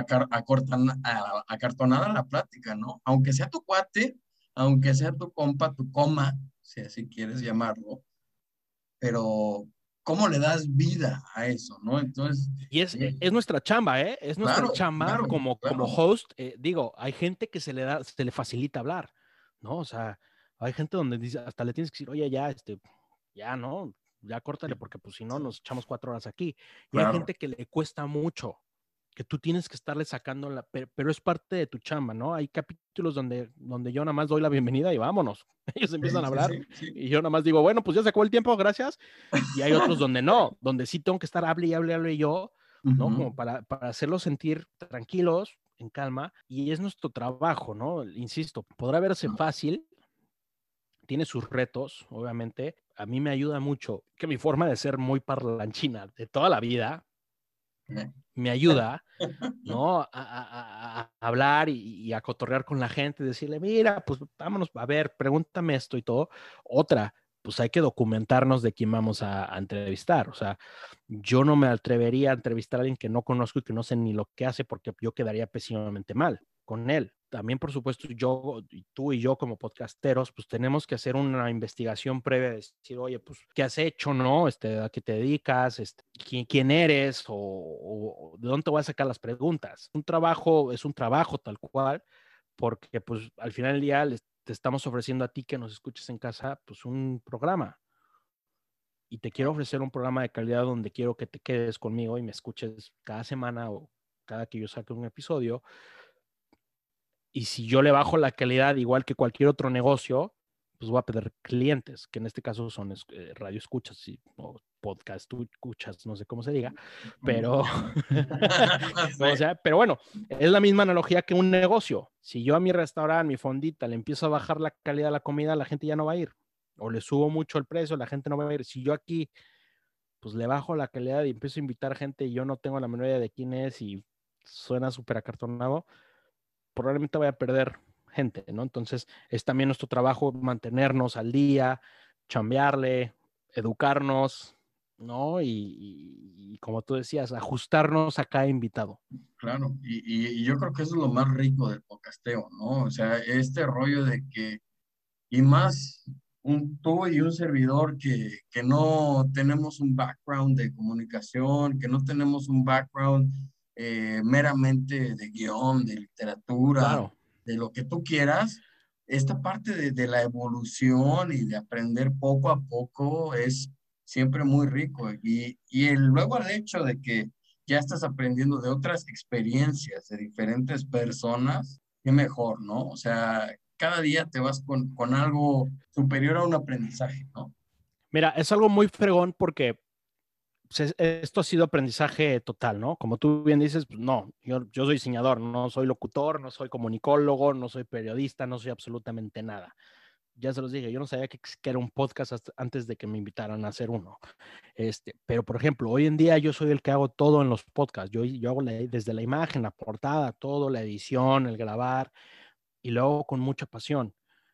acartonada la plática, ¿no? Aunque sea tu cuate, aunque sea tu compa, tu coma, si así quieres llamarlo, pero ¿cómo le das vida a eso, no? Entonces, Y es nuestra chamba, ¿eh? Es nuestra claro, chamba claro, como claro. host. Digo, hay gente que se le facilita hablar, ¿no? O sea, hay gente donde dice, hasta le tienes que decir, oye, ya, ya, ¿no? Ya córtale, porque pues si no nos echamos 4 horas aquí. Y hay Claro. gente que le cuesta mucho, que tú tienes que estarle sacando pero es parte de tu chamba, ¿no? Hay capítulos donde yo nada más doy la bienvenida y vámonos. Ellos empiezan Sí, a sí, hablar sí, sí. y yo nada más digo, bueno, pues ya se acabó el tiempo, gracias. Y hay otros donde no, donde sí tengo que estar hable y hable, hable yo, ¿no? Ujú. Como para hacerlos sentir tranquilos, en calma, y es nuestro trabajo, ¿no? Insisto, podrá verse fácil, tiene sus retos, obviamente. A mí me ayuda mucho que mi forma de ser muy parlanchina de toda la vida me ayuda, ¿no? A hablar y a cotorrear con la gente, decirle, mira, pues vámonos, a ver, pregúntame esto y todo. Otra, pues hay que documentarnos de quién vamos a entrevistar. O sea, yo no me atrevería a entrevistar a alguien que no conozco y que no sé ni lo que hace porque yo quedaría pésimamente mal con él. También, por supuesto, tú y yo como podcasteros, pues tenemos que hacer una investigación previa de decir, oye, pues, ¿qué has hecho, no? ¿A qué te dedicas? ¿Quién eres? O ¿de dónde te voy a sacar las preguntas? Un trabajo es un trabajo tal cual, porque pues al final del día te estamos ofreciendo a ti que nos escuches en casa, pues un programa. Y te quiero ofrecer un programa de calidad donde quiero que te quedes conmigo y me escuches cada semana o cada que yo saque un episodio. Y si yo le bajo la calidad, igual que cualquier otro negocio, pues voy a perder clientes, que en este caso son radio escuchas o podcast escuchas, no sé cómo se diga, pero, o Sí. sea, pero bueno, es la misma analogía que un negocio. Si yo a mi restaurante, mi fondita, le empiezo a bajar la calidad de la comida, la gente ya no va a ir. O le subo mucho el precio, la gente no va a ir. Si yo aquí, pues le bajo la calidad y empiezo a invitar gente y yo no tengo la menor idea de quién es y suena súper acartonado, probablemente vaya a perder gente, ¿no? Entonces, es también nuestro trabajo mantenernos al día, chambearle, educarnos, ¿no? Y como tú decías, ajustarnos a cada invitado. Claro, y yo creo que eso es lo más rico del podcasteo, ¿no? O sea, este rollo de que, y más tú y un servidor que no tenemos un background de comunicación, que no tenemos un background meramente de guión, de literatura, Claro. de lo que tú quieras, esta parte de la evolución y de aprender poco a poco es siempre muy rico. Luego el hecho de que ya estás aprendiendo de otras experiencias de diferentes personas, qué mejor, ¿no? O sea, cada día te vas con algo superior a un aprendizaje, ¿no? Mira, es algo muy fregón porque pues, esto ha sido aprendizaje total, ¿no? Como tú bien dices, pues no, yo soy diseñador, no soy locutor, no soy comunicólogo, no soy periodista, no soy absolutamente nada. Ya se los dije, yo no sabía que era un podcast antes de que me invitaran a hacer uno. Pero, por ejemplo, hoy en día yo soy el que hago todo en los podcasts. Yo hago desde la imagen, la portada, todo, la edición, el grabar, y lo hago con mucha pasión.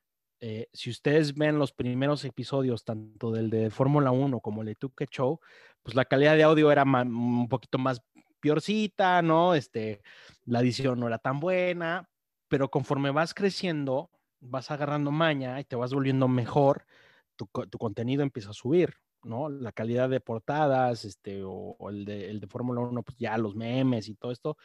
Si ustedes ven los primeros episodios, tanto del de Fórmula 1 como el de Tuque Show, pues la calidad de audio era un poquito más piorcita, ¿no? La edición no era tan buena, pero conforme vas creciendo, vas agarrando maña y te vas volviendo mejor, tu contenido empieza a subir, ¿no? La calidad de portadas, o el de Fórmula 1, pues ya los memes y todo esto,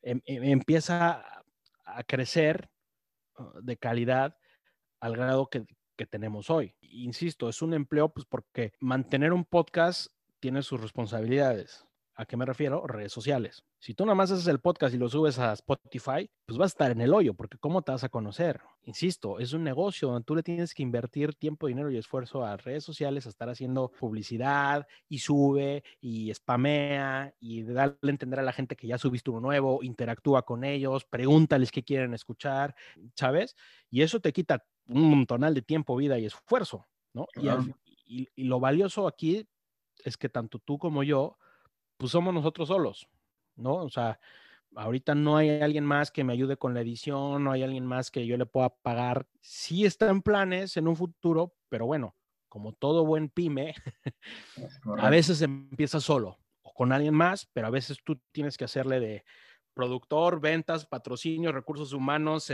empieza a crecer de calidad al grado que tenemos hoy. Insisto, es un empleo, pues porque mantener un podcast tiene sus responsabilidades. ¿A qué me refiero? Redes sociales. Si tú nada más haces el podcast y lo subes a Spotify, pues vas a estar en el hoyo, porque ¿cómo te vas a conocer? Insisto, es un negocio donde tú le tienes que invertir tiempo, dinero y esfuerzo a redes sociales, a estar haciendo publicidad y sube y spamea y darle a entender a la gente que ya subiste uno nuevo, interactúa con ellos, pregúntales qué quieren escuchar, ¿sabes? Y eso te quita un montonal de tiempo, vida y esfuerzo, ¿no? Claro, Y lo valioso aquí es que tanto tú como yo, pues somos nosotros solos, ¿no? O sea, ahorita no hay alguien más que me ayude con la edición, no hay alguien más que yo le pueda pagar. Sí está en planes en un futuro, pero bueno, como todo buen pyme, es a correcto. veces empieza solo o con alguien más, pero a veces tú tienes que hacerle de productor, ventas, patrocinio, recursos humanos,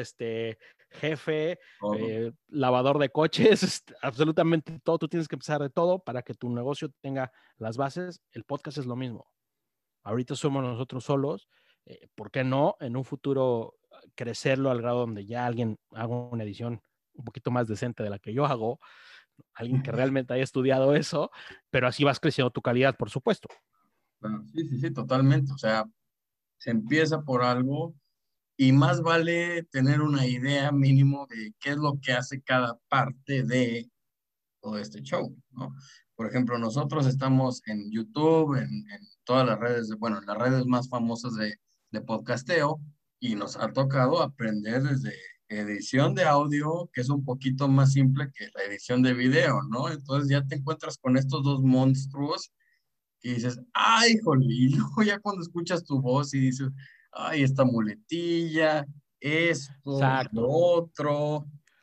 jefe, Todo. lavador de coches, absolutamente todo. Tú tienes que empezar de todo para que tu negocio tenga las bases. El podcast es lo mismo. Ahorita somos nosotros solos. ¿Por qué no en un futuro crecerlo al grado donde ya alguien haga una edición un poquito más decente de la que yo hago? Alguien que realmente haya estudiado eso, pero así vas creciendo tu calidad, por supuesto. Claro, sí, sí, sí, totalmente. O sea, se empieza por algo y más vale tener una idea mínimo de qué es lo que hace cada parte de todo este show, ¿no? Por ejemplo, nosotros estamos en YouTube, en todas las redes, bueno, en las redes más famosas de podcasteo y nos ha tocado aprender desde edición de audio, que es un poquito más simple que la edición de video, ¿no? Entonces ya te encuentras con estos dos monstruos y dices, ay, jole, y luego ya cuando escuchas tu voz y dices, ay, esta muletilla, esto, lo Exacto. otro,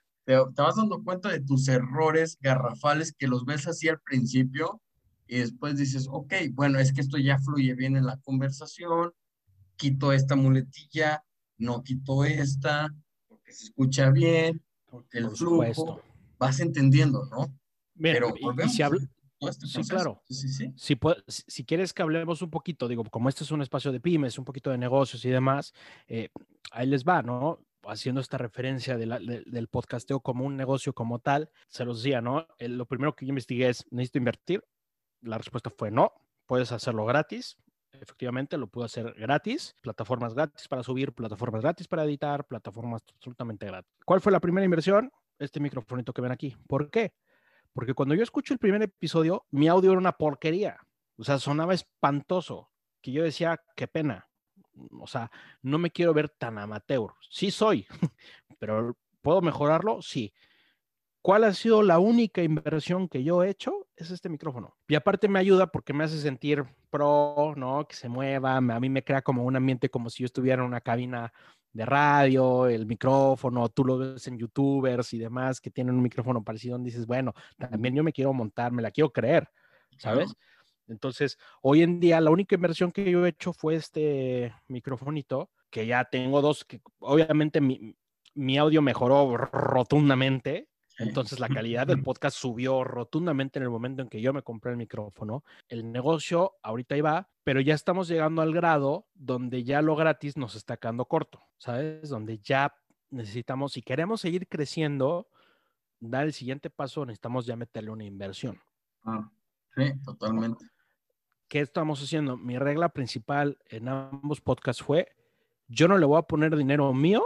te vas dando cuenta de tus errores garrafales que los ves así al principio y después dices, ok, bueno, es que esto ya fluye bien en la conversación, quito esta muletilla, no quito esta, porque se escucha bien, porque el Por supuesto. flujo, vas entendiendo, ¿no? Mira, Pero y si volvemos a habla, todo este sí, proceso. claro. Sí, sí, sí. Si quieres que hablemos un poquito, digo, como este es un espacio de pymes, un poquito de negocios y demás, eh, ahí les va, ¿no? Haciendo esta referencia del podcasteo como un negocio como tal, se los decía, ¿no? Lo primero que yo investigué es, ¿necesito invertir? La respuesta fue no, puedes hacerlo gratis. Efectivamente, lo puedo hacer gratis, plataformas gratis para subir, plataformas gratis para editar, plataformas absolutamente gratis. ¿Cuál fue la primera inversión? Este microfonito que ven aquí. ¿Por qué? Porque cuando yo escucho el primer episodio, mi audio era una porquería. O sea, sonaba espantoso. Que yo decía, qué pena. O sea, no me quiero ver tan amateur. Sí soy, pero ¿puedo mejorarlo? Sí. ¿Cuál ha sido la única inversión que yo he hecho? es este micrófono. Y aparte me ayuda porque me hace sentir pro, ¿no? Que se mueva, a mí me crea como un ambiente como si yo estuviera en una cabina de radio, el micrófono, tú lo ves en youtubers y demás que tienen un micrófono parecido, donde dices, bueno, también yo me quiero montar, me la quiero creer, ¿sabes? Claro. Entonces, hoy en día la única inversión que yo he hecho fue este microfonito, que ya tengo dos, que obviamente mi audio mejoró rotundamente, Sí. entonces la calidad del podcast subió rotundamente en el momento en que yo me compré el micrófono. El negocio ahorita ahí va, pero ya estamos llegando al grado donde ya lo gratis nos está quedando corto, ¿sabes? Donde ya necesitamos, si queremos seguir creciendo, dar el siguiente paso, necesitamos ya meterle una inversión. Ah, sí, ¿No? totalmente. ¿Qué estamos haciendo? Mi regla principal en ambos podcasts fue, yo no le voy a poner dinero mío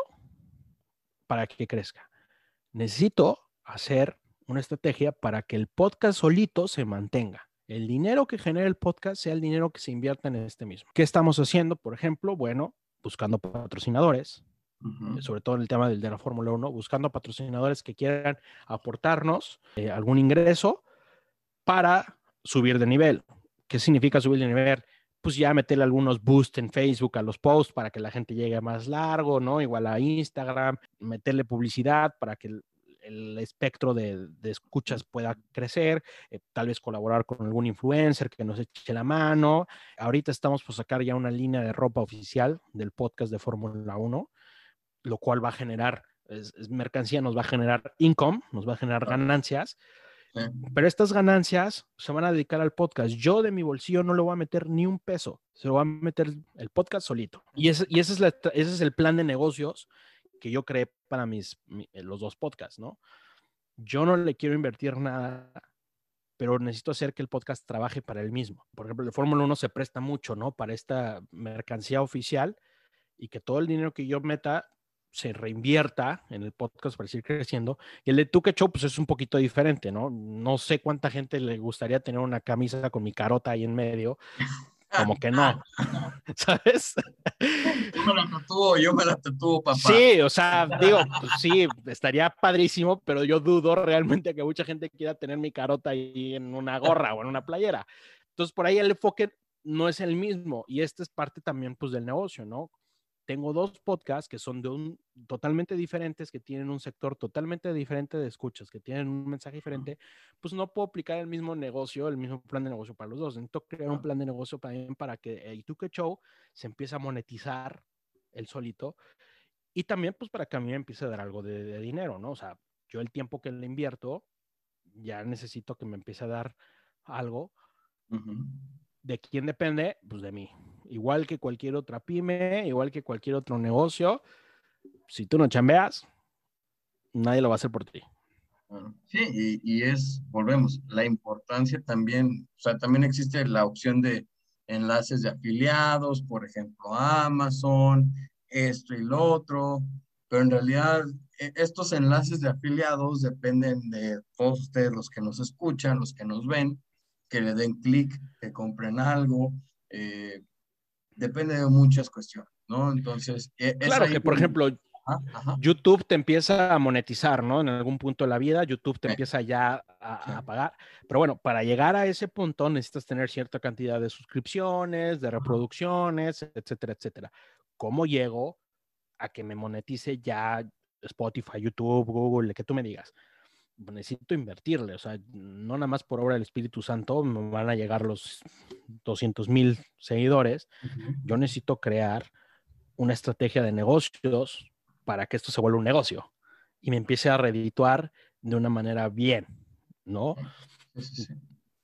para que crezca. Necesito hacer una estrategia para que el podcast solito se mantenga. El dinero que genere el podcast sea el dinero que se invierta en este mismo. ¿Qué estamos haciendo? Por ejemplo, bueno, buscando patrocinadores, Ujú. sobre todo en el tema de la Fórmula 1, buscando patrocinadores que quieran aportarnos algún ingreso para subir de nivel. ¿Qué significa subir de nivel? Pues ya meterle algunos boosts en Facebook a los posts para que la gente llegue más largo, ¿no? Igual a Instagram, meterle publicidad para que el espectro de escuchas pueda crecer, tal vez colaborar con algún influencer que nos eche la mano. Ahorita estamos por sacar ya una línea de ropa oficial del podcast de Fórmula 1, lo cual va a generar, es mercancía, nos va a generar income, nos va a generar Claro. ganancias, Sí. pero estas ganancias se van a dedicar al podcast. Yo de mi bolsillo no le voy a meter ni un peso, se lo va a meter el podcast solito. Y ese es el plan de negocios que yo creé para los dos podcasts, ¿no? Yo no le quiero invertir nada, pero necesito hacer que el podcast trabaje para él mismo. Por ejemplo, el Fórmula 1 se presta mucho, ¿no? Para esta mercancía oficial y que todo el dinero que yo meta se reinvierta en el podcast para seguir creciendo. Y el de Tuque Show, pues es un poquito diferente, ¿no? No sé cuánta gente le gustaría tener una camisa con mi carota ahí en medio, como que no, ¿sabes? Tú me la tatúo, yo me la tatúo, papá. Sí, o sea, digo, pues sí, estaría padrísimo, pero yo dudo realmente que mucha gente quiera tener mi carota ahí en una gorra o en una playera. Entonces, por ahí el enfoque no es el mismo y esta es parte también, pues, del negocio, ¿no? Tengo dos podcasts que son totalmente diferentes, que tienen un sector totalmente diferente de escuchas, que tienen un mensaje diferente, pues no puedo aplicar el mismo negocio, el mismo plan de negocio para los dos. Necesito crear un plan de negocio también para que el Tuque Show se empiece a monetizar el solito y también pues para que a mí me empiece a dar algo de dinero, ¿no? O sea, yo el tiempo que le invierto, ya necesito que me empiece a dar algo. Ujú. ¿De quién depende? Pues de mí. Igual que cualquier otra pyme, igual que cualquier otro negocio, si tú no chambeas, nadie lo va a hacer por ti. Bueno, sí, volvemos, la importancia también, o sea, también existe la opción de enlaces de afiliados, por ejemplo, Amazon, esto y lo otro, pero en realidad estos enlaces de afiliados dependen de todos ustedes, los que nos escuchan, los que nos ven, que le den clic, que compren algo, eh, depende de muchas cuestiones, ¿no? Entonces, es Claro ahí que, por donde... ejemplo, Ajá, ajá, YouTube te empieza a monetizar, ¿no? En algún punto de la vida, YouTube te sí, empieza ya sí, a pagar. Pero bueno, para llegar a ese punto necesitas tener cierta cantidad de suscripciones, de ajá, reproducciones, etcétera, etcétera. ¿Cómo llego a que me monetice ya Spotify, YouTube, Google, que tú me digas? Necesito invertirle, o sea, no nada más por obra del Espíritu Santo me van a llegar los 200,000 seguidores. ujú, Yo necesito crear una estrategia de negocios para que esto se vuelva un negocio y me empiece a redituar de una manera bien, ¿no? sí, sí, sí.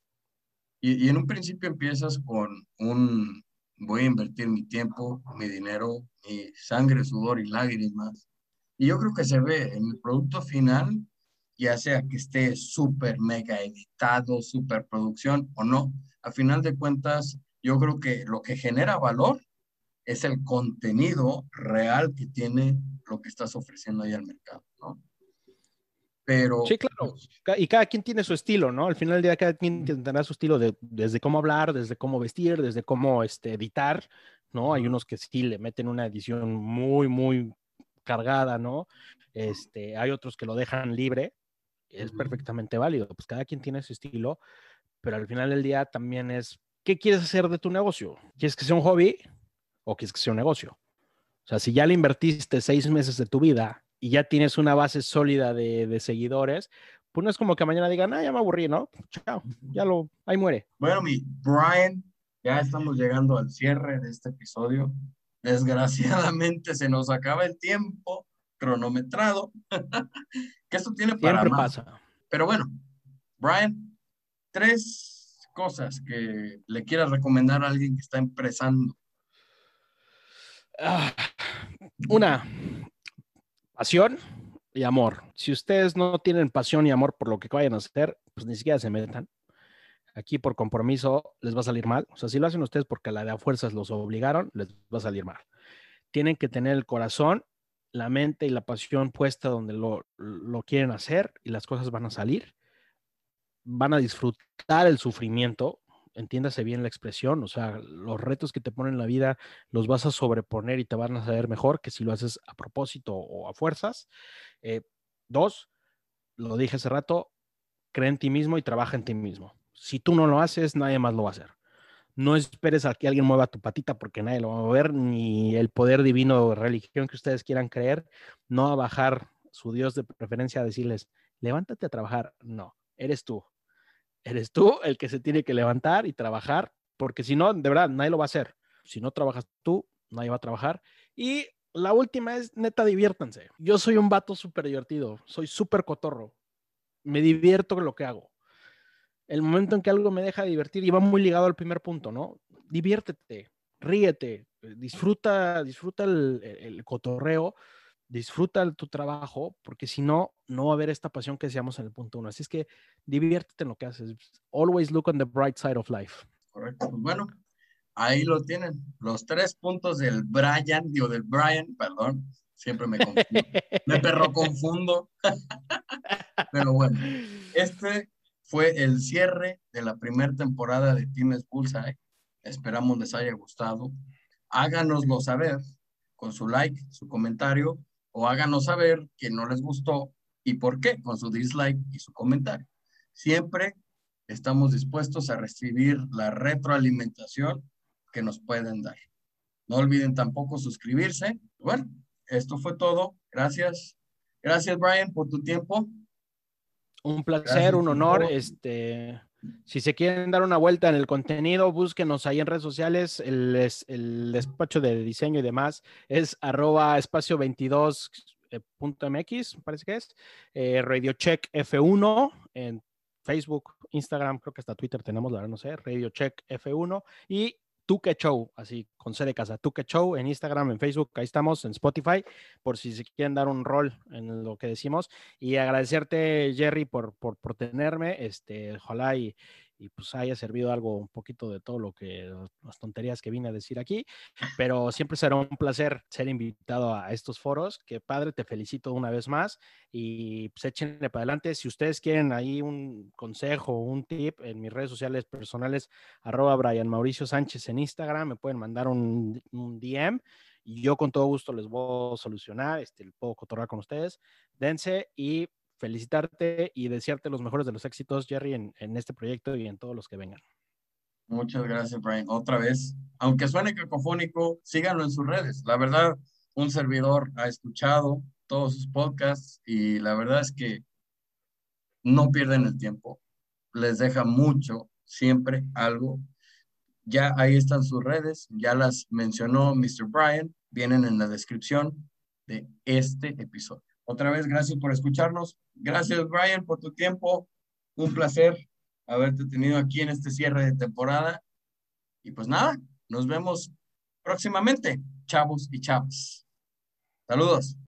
Y en un principio empiezas con voy a invertir mi tiempo, mi dinero, mi sangre, sudor y lágrimas. Y yo creo que se ve en el producto final, ya sea que esté súper mega editado, súper producción o no. A final de cuentas, yo creo que lo que genera valor es el contenido real que tiene lo que estás ofreciendo ahí al mercado, ¿no? Pero, Sí, claro. pues, Y cada quien tiene su estilo, ¿no? Al final del día, cada quien tendrá su estilo desde cómo hablar, desde cómo vestir, desde cómo editar, ¿no? Hay unos que sí le meten una edición muy, muy cargada, ¿no? Hay otros que lo dejan libre, es ujú, perfectamente válido. Pues cada quien tiene su estilo, pero al final del día también es, ¿qué quieres hacer de tu negocio? ¿Quieres que sea un hobby o quieres que sea un negocio? O sea, si ya le invertiste 6 meses de tu vida y ya tienes una base sólida de seguidores, pues no es como que mañana digan, ya me aburrí, ¿no? Chao, ahí muere. Bueno, mi Brian, ya estamos llegando al cierre de este episodio. Desgraciadamente se nos acaba el tiempo cronometrado, que esto tiene para Siempre más. pasa. Pero bueno, Brian, 3 cosas que le quieras recomendar a alguien que está empezando. Una, pasión y amor. Si ustedes no tienen pasión y amor por lo que vayan a hacer, pues ni siquiera se metan. Aquí por compromiso les va a salir mal. O sea, si lo hacen ustedes porque la de a fuerzas los obligaron, les va a salir mal. Tienen que tener el corazón, la mente y la pasión puesta donde lo quieren hacer y las cosas van a salir. Van a disfrutar el sufrimiento, entiéndase bien la expresión, o sea, los retos que te ponen en la vida los vas a sobreponer y te van a saber mejor que si lo haces a propósito o a fuerzas. 2, lo dije hace rato, cree en ti mismo y trabaja en ti mismo. Si tú no lo haces, nadie más lo va a hacer. No esperes a que alguien mueva tu patita porque nadie lo va a mover, ni el poder divino o religión que ustedes quieran creer, no va a bajar su Dios de preferencia a decirles, levántate a trabajar. No, eres tú. Eres tú el que se tiene que levantar y trabajar, porque si no, de verdad, nadie lo va a hacer. Si no trabajas tú, nadie va a trabajar. Y la última es, neta, diviértanse. Yo soy un vato súper divertido, soy súper cotorro. Me divierto con lo que hago. El momento en que algo me deja divertir, y va muy ligado al primer punto, ¿no? Diviértete, ríete, disfruta el cotorreo, disfruta tu trabajo, porque si no, no va a haber esta pasión que decíamos en el punto 1. Así es que diviértete en lo que haces. Always look on the bright side of life. Correcto. Pues bueno, ahí lo tienen. Los 3 puntos del Brian, digo del Brian, perdón. Siempre me confundo. Me perro confundo. Pero bueno, este fue el cierre de la primera temporada de Pymes Bullseye. Esperamos les haya gustado. Háganoslo saber con su like, su comentario, o háganos saber que no les gustó y por qué con su dislike y su comentario. Siempre estamos dispuestos a recibir la retroalimentación que nos pueden dar. No olviden tampoco suscribirse. Bueno, esto fue todo. Gracias. Gracias, Brian, por tu tiempo. Un placer, Gracias un por honor. todo. Si se quieren dar una vuelta en el contenido, búsquenos ahí en redes sociales. El despacho de diseño y demás es @espacio22.mx, parece que es. RadioCheck F1 en Facebook, Instagram, creo que hasta Twitter tenemos, la verdad no sé, RadioCheck F1 y Tuque Show, así con C de casa, Tuque Show en Instagram, en Facebook, ahí estamos, en Spotify, por si se quieren dar un rol en lo que decimos. Y agradecerte, Jerry, por tenerme. Ojalá y pues haya servido algo, un poquito de todo las tonterías que vine a decir aquí. Pero siempre será un placer ser invitado a estos foros. Qué padre, te felicito una vez más. Y pues échenle para adelante. Si ustedes quieren ahí un consejo, un tip, en mis redes sociales personales, @Brian Mauricio Sánchez en Instagram, me pueden mandar un DM y yo con todo gusto les voy a solucionar, puedo cotorrear con ustedes. Dense y felicitarte y desearte los mejores de los éxitos, Jerry, en este proyecto y en todos los que vengan. Muchas gracias, Brian. Otra vez, aunque suene cacofónico, síganlo en sus redes. La verdad, un servidor ha escuchado todos sus podcasts y la verdad es que no pierden el tiempo. Les deja mucho, siempre algo. Ya ahí están sus redes, ya las mencionó Mr. Brian, vienen en la descripción de este episodio. Otra vez, gracias por escucharnos. Gracias, Brian, por tu tiempo. Un placer haberte tenido aquí en este cierre de temporada. Y pues nada, nos vemos próximamente, chavos y chavas. Saludos.